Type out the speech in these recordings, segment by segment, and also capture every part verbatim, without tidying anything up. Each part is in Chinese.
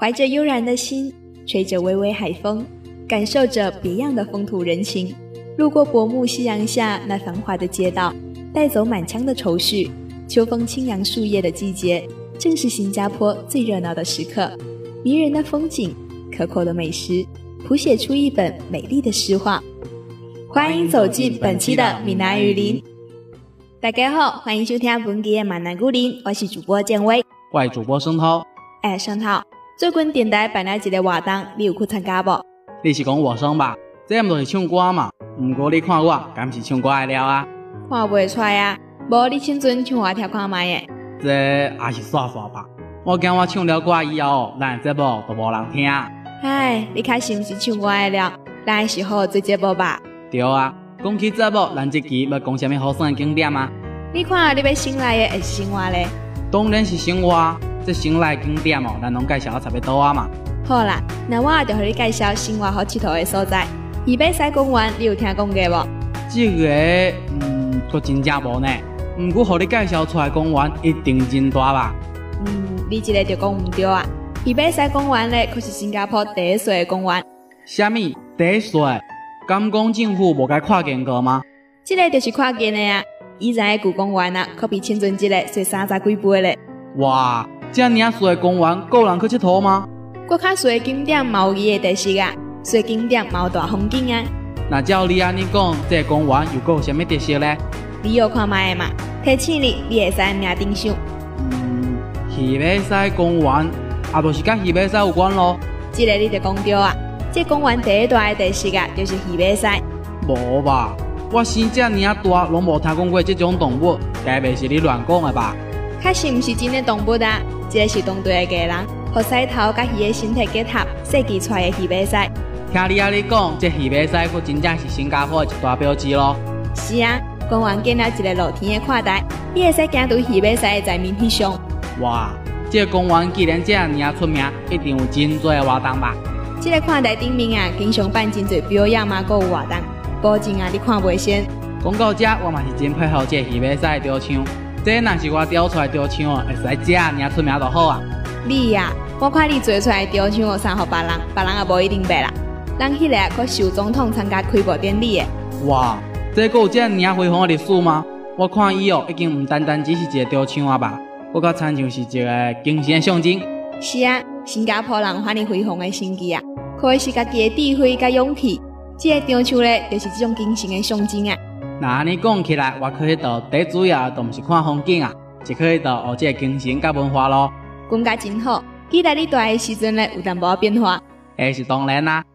怀着悠然的心，吹着微微海风，感受着别样的风土人情，路过薄暮夕阳下那繁华的街道，带走满腔的愁绪。秋风轻扬树叶的季节，正是新加坡最热闹的时刻。迷人的风景，可口的美食，谱写出一本美丽的诗画。欢迎走进本期的闽南语林。大家好，欢迎收听本期的闽南语林，我是主播建威， 我是主播生涛。 哎，生涛，最近电台办了一个活动，你有去参加无？ 你是讲活生吧？这毋就是唱歌嘛？毋过你看我，敢是唱歌的料啊？ 看袂出来啊，无你亲自唱我听看卖诶。 这也是耍耍吧。我惊我唱了歌以后，咱节目都无人听。 唉，你确实毋是唱歌的料，咱是好做节目吧？ 对啊，讲起节目，咱这期要讲什么好耍的景点啊？你看你要先来的还是先话咧？ 当然是先话，这先来景点哦，咱拢介绍差不多啊嘛。 好啦，那我就和你介绍先话好佚佗的所在。鱼尾狮公园，你有听讲过无？ 这个，嗯，佫真正无呢。毋过，互你介绍出来公园一定真大吧？ 嗯，你这个就讲毋对啊。鱼尾狮公园咧，可是新加坡第一岁的公园。 啥物第一岁？敢讲政府无该扩建过吗？ 这个就是扩建的啊！以前的旧公园啊，可比前阵这个细三十几倍咧。 哇，这尔啊细的公园，够人去佚佗吗？ 搁较细的景点嘛有伊的特色啊，细景点嘛有大风景啊。 那照你安尼讲，这个公园又搁有啥物特色咧？ 你有看卖的嘛？提醒你，你会使名顶上。 嗯，鱼尾狮公园，也就是甲鱼尾狮有关咯。 这个你就讲对啊！这公园第一大的特色啊，就是鱼尾狮。 无吧？我生这尔啊大，拢无听讲过这种动物，该袂是你乱讲的吧？ 确实毋是真的动物啊，这个是当地的艺人，和狮头甲鱼的身体结合设计出来的鱼尾狮。 听你安尼讲，这鱼尾狮佫真正是新加坡的一大标志咯。 是啊，公园建了一个露天的看台，你会使行到鱼尾狮的在面翕相。 哇，这个公园既然这样尔出名，一定有真多的活动吧？ 这个看台顶面啊，经常办真侪表演嘛，佮有活动，保证啊你看袂先。 讲到这，我嘛是真配合这鱼尾狮的雕像。这若是我雕出来雕像哦，会使这样尔出名就好啊。 你呀、啊，我看你做出来雕像哦，送予别人，别人也无一定买啦。人迄个可受总统参加开幕典礼的。 哇，这个有这样尔辉煌的历史吗？我看伊哦，已经唔单单只是一个雕像啊吧，我较参像是一个精神的象征。 是啊，新加坡人遐尼辉煌的成绩啊，可以是家己的智慧甲勇气。这个雕像咧，就是这种精神的象征啊。 那安尼讲起来，我去迄度第一主要都毋是看风景啊，是去迄度学这个精神甲文化咯。 讲甲真好，期待你大的时阵咧有淡薄变化。 诶，是当然啦、啊。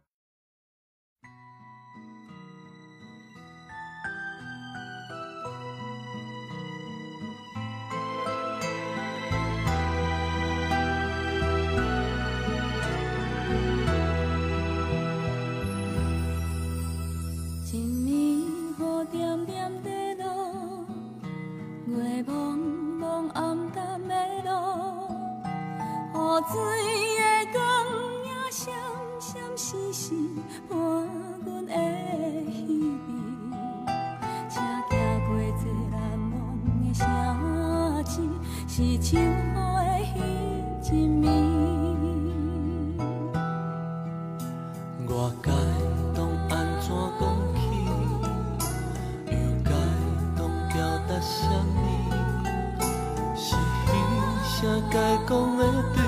水的光影闪闪烁烁，伴阮的稀微。车行过这难忘的城市，是秋雨的彼一暝。我该当安怎讲起，又该当表达啥物？是彼声该讲的对。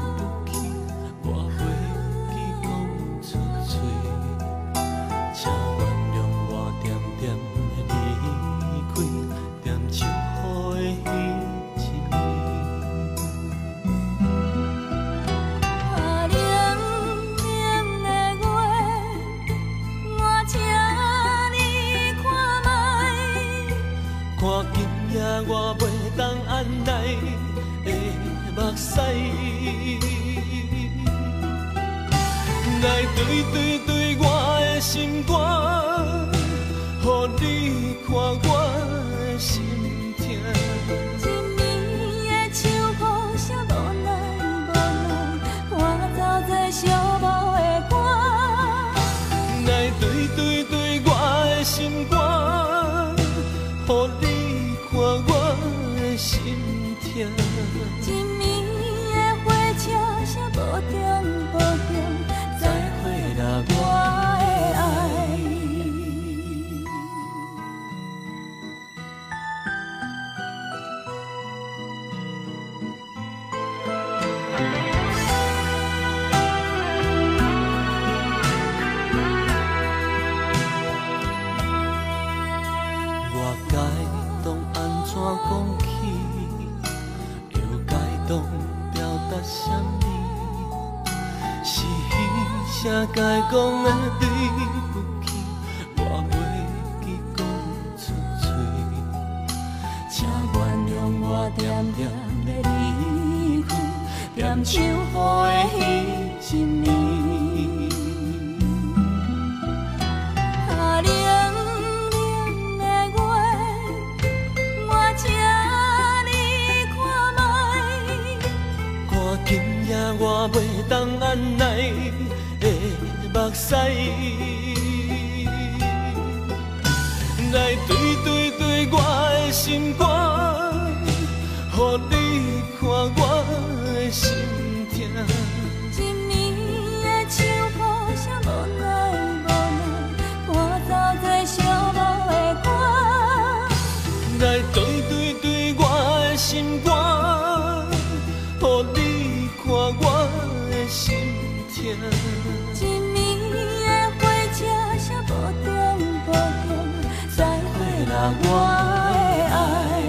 看今夜我袂当按耐的目屎，来对对对我的心肝，予你看我的心痛。一暝的秋雨啥无奈无奈，我走这寂寞的歌，来对对对我的心肝，予你。看我的心痛，一暝的火车啥无声该讲的对不起，我袂记讲出嘴。请原谅我点点的离开，点像雨的彼一年。啊，冷冷的月，我请你看卖，看今夜我袂当按捺的目屎，来对对对我的心肝，予你看我的心痛。一暝的秋雨啥无奈无奈，伴奏着寂寞的歌，来对对对我的心肝，予你看我的心痛。一暝的火车啥无中无中，再会啦我的爱。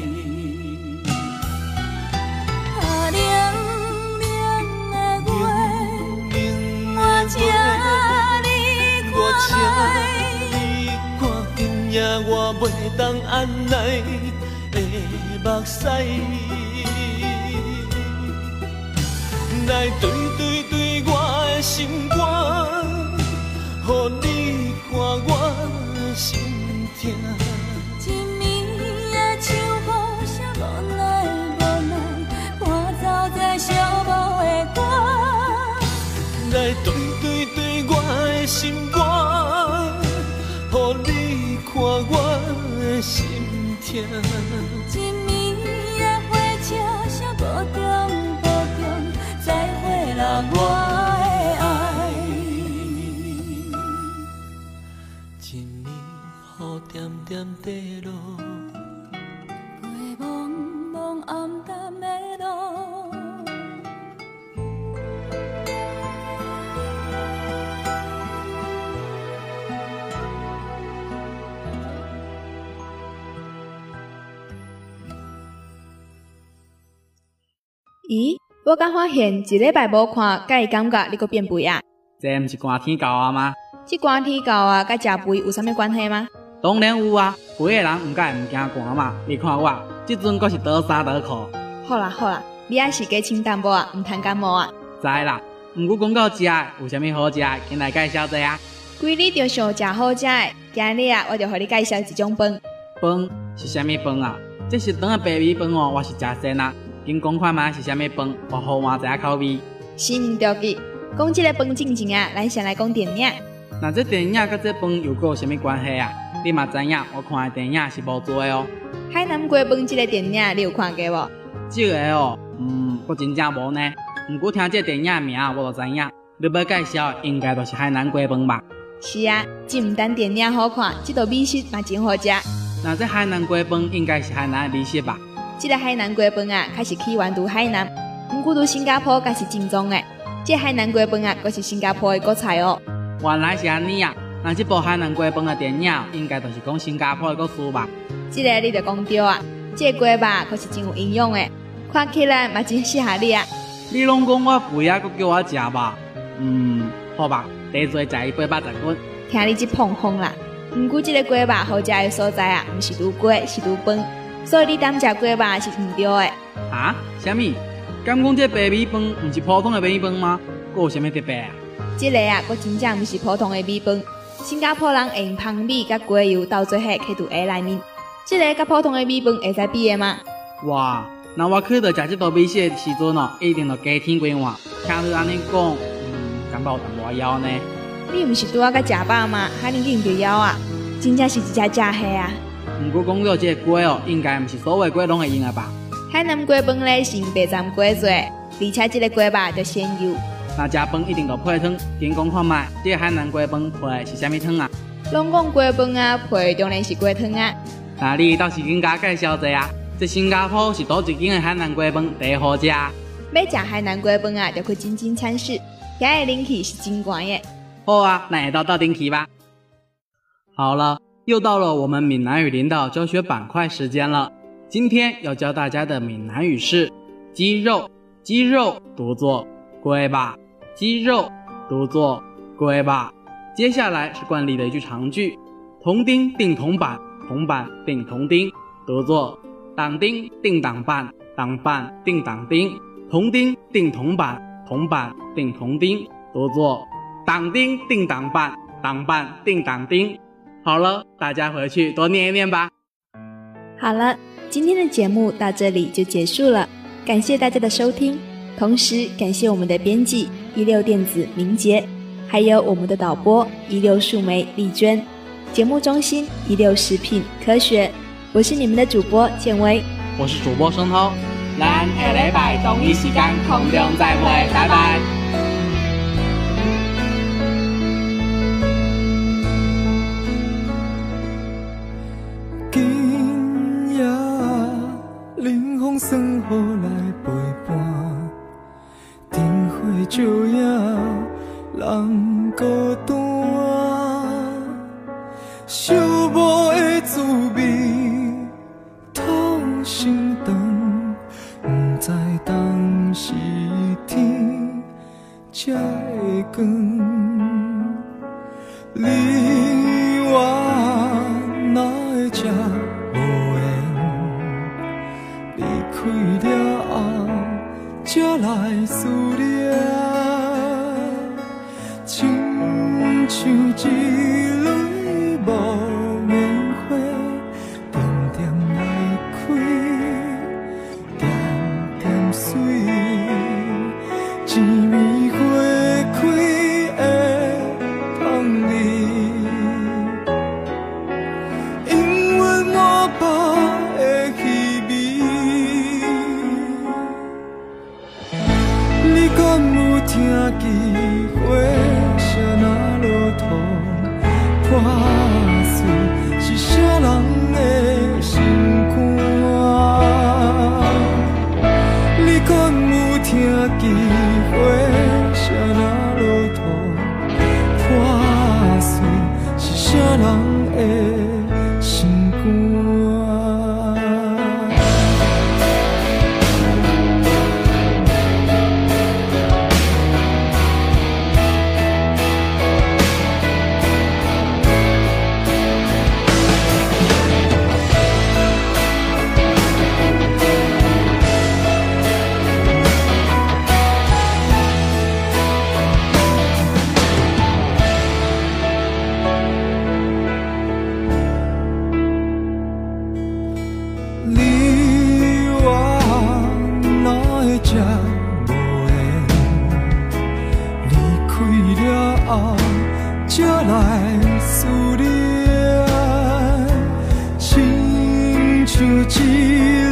啊，冷冷的月，我请你看卖，看今夜我袂当按捺的目屎，来对对对我的心肝，予你看我的心痛。一暝的秋雨啥无奈无奈，伴奏着寂寞的歌，来对对对我的心肝，予你看我的心痛。一暝的火车啥无中无中，再会啦我的爱。一暝雨点点地落，过茫茫暗淡的路。 咦，我刚发现一礼拜无看，甲伊感觉你阁变肥啊？ 这毋是寒天到啊吗？ 这寒天到啊，甲食肥有啥物关系吗？ 当然有啊，肥的人毋敢会毋惊寒嘛。你看我，即阵阁是倒衫倒裤。 好啦好啦，你也是加清淡薄啊，毋通感冒啊。 知啦，毋过讲到食的，有啥物好食的，先来介绍者啊。 规日着想食好食的，今日啊，我就互你介绍一种饭。 饭是啥物饭啊？这是长的白米饭哦，我是食仙啊。紧讲看卖是啥物饭，我好换一下口味。 是毋着急，讲即个饭正经啊，咱先来讲电影。 那这电影甲这饭又有啥物关系啊？你嘛知影，我看的电影是无做的哦。 海南鸡饭即个电影你有看过无？ 这个哦，嗯，我真正无呢。毋过听这电影名我就知影，你要介绍的应该就是海南鸡饭吧？ 是啊，这毋单电影好看，这道美食嘛真好食。 那这海南鸡饭应该是海南的美食吧？ 这个海南鸡饭啊，开始起源于海南，毋过伫新加坡才是正宗的。这海南鸡饭啊，阁是新加坡的国菜哦。 原来是安尼啊！那这部海南鸡饭的电影，应该就是讲新加坡的故事吧？ 这个你就讲对啊！这个鸡肉可是真有营养的，看起来嘛真适合你啊！ 你拢讲我肥啊，阁叫我食吧？嗯，好吧，第做食伊八百十斤。 听你这碰碰啦！毋过这个鸡肉好食的所在啊，毋是愈鸡是愈饭，所以你单食鸡肉是毋对的。 啊？啥物？敢讲这白米饭毋是普通的白米饭吗？阁有啥物特别啊？ 这个啊，佫真正毋是普通的米饭。新加坡人会用芳米甲鸡油斗做伙放伫鞋内面。这个甲普通的米饭会使比的吗？ 哇！那我去到食这道美食的时阵哦，一定就加添几碗。听你安尼讲，嗯，感觉有淡薄枵呢。 你毋是拄仔甲食饱吗？哈尼紧就枵啊！真正是一只食虾啊！ 毋过讲到这个鸡哦，应该毋是所有鸡拢会用的吧？ 海南鸡饭咧是用白斩鸡做，而且这个鸡肉就鲜油。 那食饭一定要配汤，紧讲看卖，这个海南鸡饭配的是啥物汤啊？ 拢讲鸡饭啊，配当然是鸡汤啊。 那你倒是紧甲介绍者啊？这新加坡是倒一间的海南鸡饭第好食。要食海南鸡饭啊，就去金金餐室，遐的人气是真高的。 好啊，那也到到顶去吧。好了，又到了我们闽南语领导教学板块时间了。今天要教大家的闽南语是鸡肉，鸡肉读作龟吧，鸡肉读作龟吧。接下来是惯例的一句长句，铜钉钉铜板，铜板钉铜钉，读作党钉钉党板，党板钉党钉，铜钉钉铜板，铜板钉铜钉，读作党钉钉党板，党板钉党钉。好了，大家回去多念一念吧。 好了，今天的节目到这里就结束了，感谢大家的收听，同时感谢我们的编辑一六电子明杰，还有我们的导播一六树莓丽娟，节目中心一六食品科学，我是你们的主播建威， 我是主播声涛，咱下礼拜同一时间空中再会，拜拜。 今夜冷风算雨来陪伴，灯火照影人孤单，寂寞的滋味透心肠，不知当时天才会光。你我哪会这无缘？离开了后，才来思念，亲像一蕊无眠花，点点来开，点点水，一暝花开会芳味。听见花声若落土破碎，是啥人的心肝？你敢有听见花声若落土破碎，是啥人的心肝？才来思念，亲像一